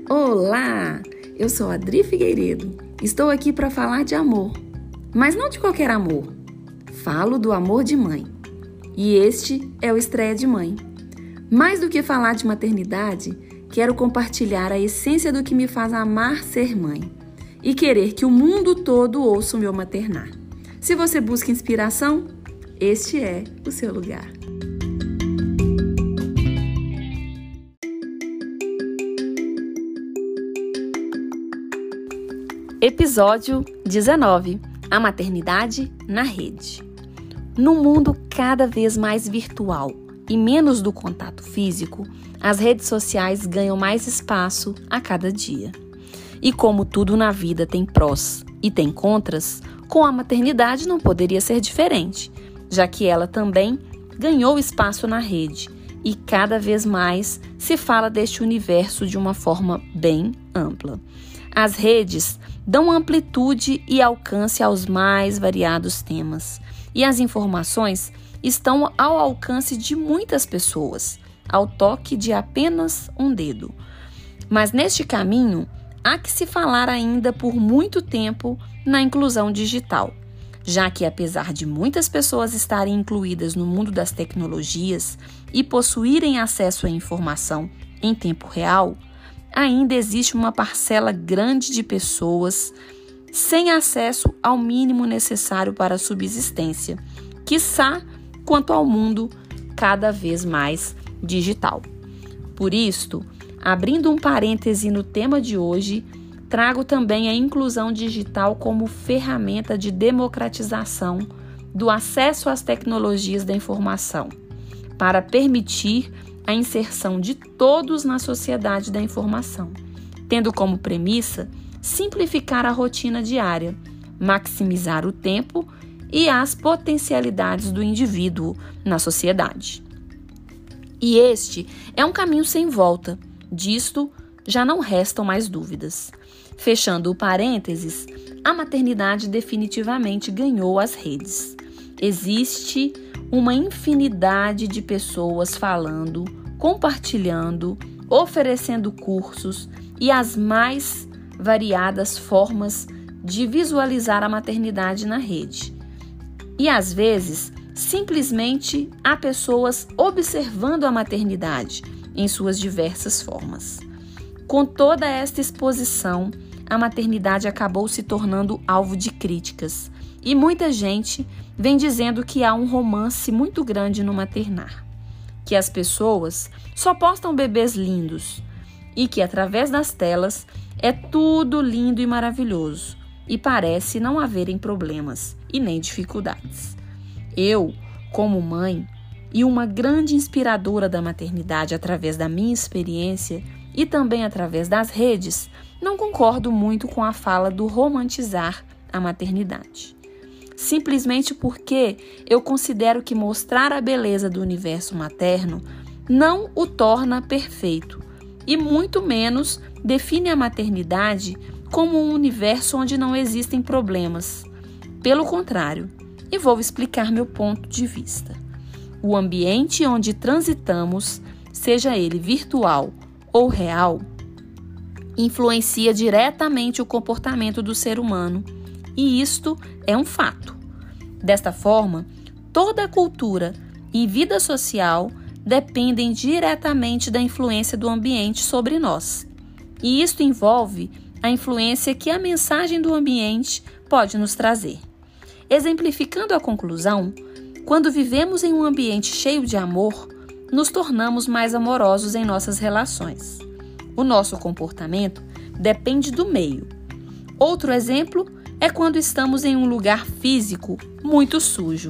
Olá! Eu sou Adri Figueiredo. Estou aqui para falar de amor, mas não de qualquer amor. Falo do amor de mãe. E este é o Estreia de Mãe. Mais do que falar de maternidade, quero compartilhar a essência do que me faz amar ser mãe e querer que o mundo todo ouça o meu maternar. Se você busca inspiração, este é o seu lugar. Episódio 19: A maternidade na rede. No mundo cada vez mais virtual e menos do contato físico, as redes sociais ganham mais espaço a cada dia. E como tudo na vida tem prós e tem contras, com a maternidade não poderia ser diferente, já que ela também ganhou espaço na rede e cada vez mais se fala deste universo de uma forma bem ampla. As redes dão amplitude e alcance aos mais variados temas, e as informações estão ao alcance de muitas pessoas, ao toque de apenas um dedo. Mas neste caminho, há que se falar ainda por muito tempo na inclusão digital, já que apesar de muitas pessoas estarem incluídas no mundo das tecnologias e possuírem acesso à informação em tempo real, ainda existe uma parcela grande de pessoas sem acesso ao mínimo necessário para a subsistência, quiçá quanto ao mundo cada vez mais digital. Por isto, abrindo um parêntese no tema de hoje, trago também a inclusão digital como ferramenta de democratização do acesso às tecnologias da informação, para permitir a inserção de todos na sociedade da informação, tendo como premissa simplificar a rotina diária, maximizar o tempo e as potencialidades do indivíduo na sociedade. E este é um caminho sem volta, disto já não restam mais dúvidas. Fechando o parênteses, a maternidade definitivamente ganhou as redes. Existe uma infinidade de pessoas falando, compartilhando, oferecendo cursos e as mais variadas formas de visualizar a maternidade na rede. E às vezes, simplesmente há pessoas observando a maternidade em suas diversas formas. Com toda esta exposição, a maternidade acabou se tornando alvo de críticas e muita gente vem dizendo que há um romance muito grande no maternar, que as pessoas só postam bebês lindos e que através das telas é tudo lindo e maravilhoso e parece não haverem problemas e nem dificuldades. Eu, como mãe e uma grande inspiradora da maternidade através da minha experiência e também através das redes, não concordo muito com a fala do romantizar a maternidade. Simplesmente porque eu considero que mostrar a beleza do universo materno não o torna perfeito e muito menos define a maternidade como um universo onde não existem problemas. Pelo contrário, e vou explicar meu ponto de vista. O ambiente onde transitamos, seja ele virtual ou real, influencia diretamente o comportamento do ser humano, e isto é um fato. Desta forma, toda a cultura e vida social dependem diretamente da influência do ambiente sobre nós. E isto envolve a influência que a mensagem do ambiente pode nos trazer. Exemplificando a conclusão, quando vivemos em um ambiente cheio de amor, nos tornamos mais amorosos em nossas relações. O nosso comportamento depende do meio. Outro exemplo é quando estamos em um lugar físico muito sujo.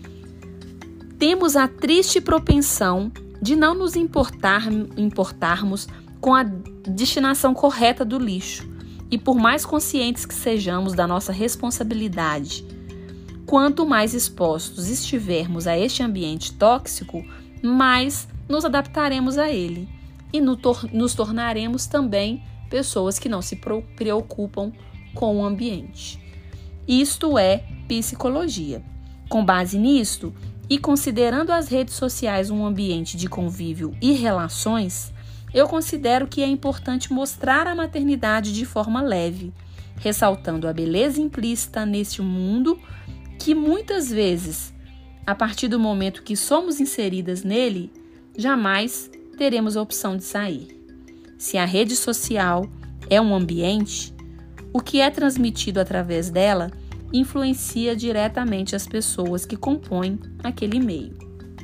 Temos a triste propensão de não nos importarmos com a destinação correta do lixo. E por mais conscientes que sejamos da nossa responsabilidade, quanto mais expostos estivermos a este ambiente tóxico, mais nos adaptaremos a ele e nos tornaremos também pessoas que não se preocupam com o ambiente. Isto é psicologia. Com base nisto, e considerando as redes sociais um ambiente de convívio e relações, eu considero que é importante mostrar a maternidade de forma leve, ressaltando a beleza implícita neste mundo que muitas vezes, a partir do momento que somos inseridas nele, jamais teremos a opção de sair. Se a rede social é um ambiente, o que é transmitido através dela influencia diretamente as pessoas que compõem aquele meio.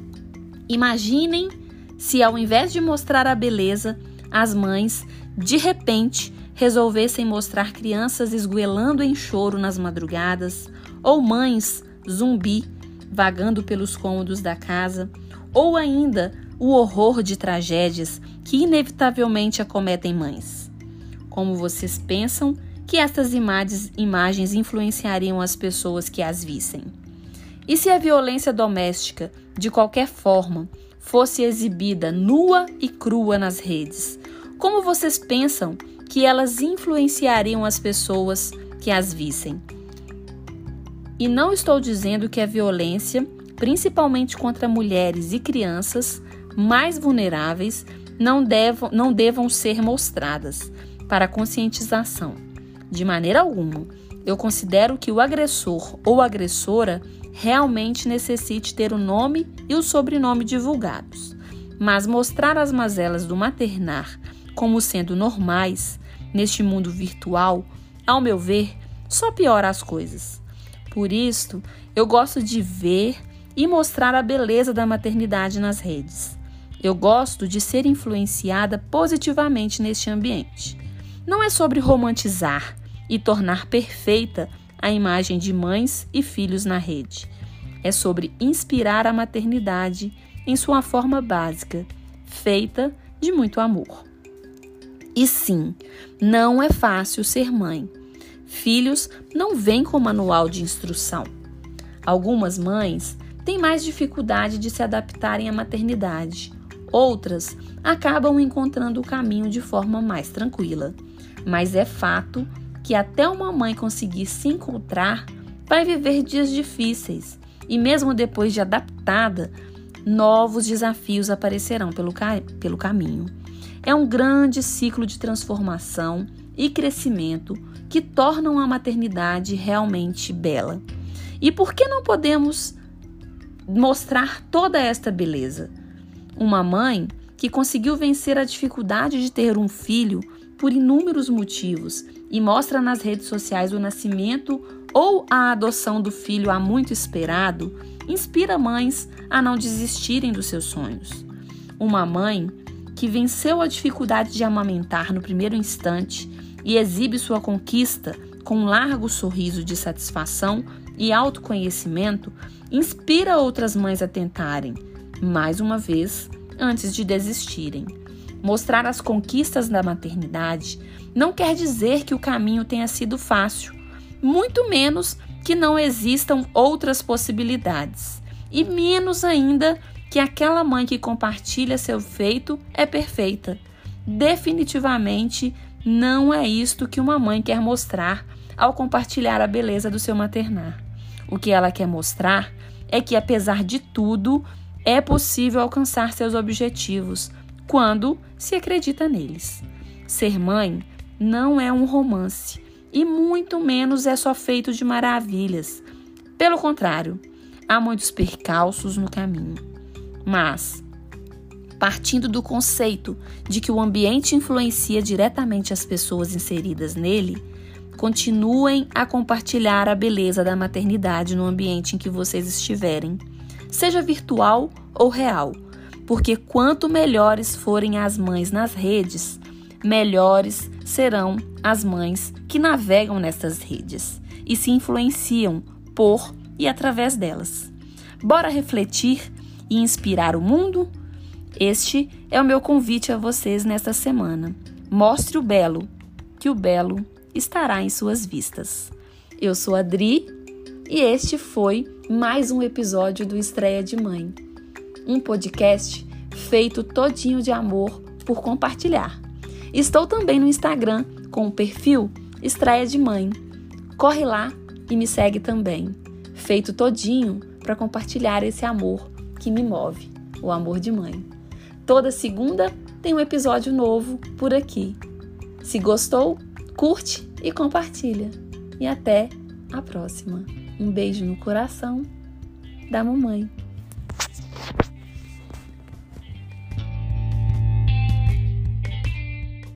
Imaginem se, ao invés de mostrar a beleza, as mães, de repente, resolvessem mostrar crianças esgoelando em choro nas madrugadas, ou mães zumbi vagando pelos cômodos da casa, ou ainda o horror de tragédias que inevitavelmente acometem mães. Como vocês pensam que estas imagens influenciariam as pessoas que as vissem? E se a violência doméstica, de qualquer forma, fosse exibida nua e crua nas redes, como vocês pensam que elas influenciariam as pessoas que as vissem? E não estou dizendo que a violência, principalmente contra mulheres e crianças mais vulneráveis, não devam ser mostradas para conscientização. De maneira alguma, eu considero que o agressor ou agressora realmente necessite ter o nome e o sobrenome divulgados. Mas mostrar as mazelas do maternar como sendo normais neste mundo virtual, ao meu ver, só piora as coisas. Por isso, eu gosto de ver e mostrar a beleza da maternidade nas redes. Eu gosto de ser influenciada positivamente neste ambiente. Não é sobre romantizar e tornar perfeita a imagem de mães e filhos na rede. É sobre inspirar a maternidade em sua forma básica, feita de muito amor. E sim, não é fácil ser mãe. Filhos não vêm com manual de instrução. Algumas mães têm mais dificuldade de se adaptarem à maternidade. Outras acabam encontrando o caminho de forma mais tranquila. Mas é fato que até uma mãe conseguir se encontrar, vai viver dias difíceis. E mesmo depois de adaptada, novos desafios aparecerão pelo caminho. É um grande ciclo de transformação e crescimento que tornam a maternidade realmente bela. E por que não podemos mostrar toda esta beleza? Uma mãe que conseguiu vencer a dificuldade de ter um filho por inúmeros motivos e mostra nas redes sociais o nascimento ou a adoção do filho há muito esperado, inspira mães a não desistirem dos seus sonhos. Uma mãe que venceu a dificuldade de amamentar no primeiro instante e exibe sua conquista com um largo sorriso de satisfação e autoconhecimento, inspira outras mães a tentarem, mais uma vez, antes de desistirem. Mostrar as conquistas da maternidade não quer dizer que o caminho tenha sido fácil, muito menos que não existam outras possibilidades, e menos ainda que aquela mãe que compartilha seu feito é perfeita. Definitivamente não é isto que uma mãe quer mostrar ao compartilhar a beleza do seu maternar. O que ela quer mostrar é que, apesar de tudo, é possível alcançar seus objetivos quando se acredita neles. Ser mãe não é um romance e muito menos é só feito de maravilhas. Pelo contrário, há muitos percalços no caminho. Mas, partindo do conceito de que o ambiente influencia diretamente as pessoas inseridas nele, continuem a compartilhar a beleza da maternidade no ambiente em que vocês estiverem, seja virtual ou real, porque quanto melhores forem as mães nas redes, melhores serão as mães que navegam nessas redes e se influenciam por e através delas. Bora refletir e inspirar o mundo? Este é o meu convite a vocês nesta semana. Mostre o belo, que o belo estará em suas vistas. Eu sou a Dri e este foi mais um episódio do Estreia de Mãe. Um podcast feito todinho de amor por compartilhar. Estou também no Instagram com o perfil Estreia de Mãe. Corre lá e me segue também. Feito todinho para compartilhar esse amor que me move, o amor de mãe. Toda segunda tem um episódio novo por aqui. Se gostou, curte e compartilha. E até a próxima. Um beijo no coração da mamãe.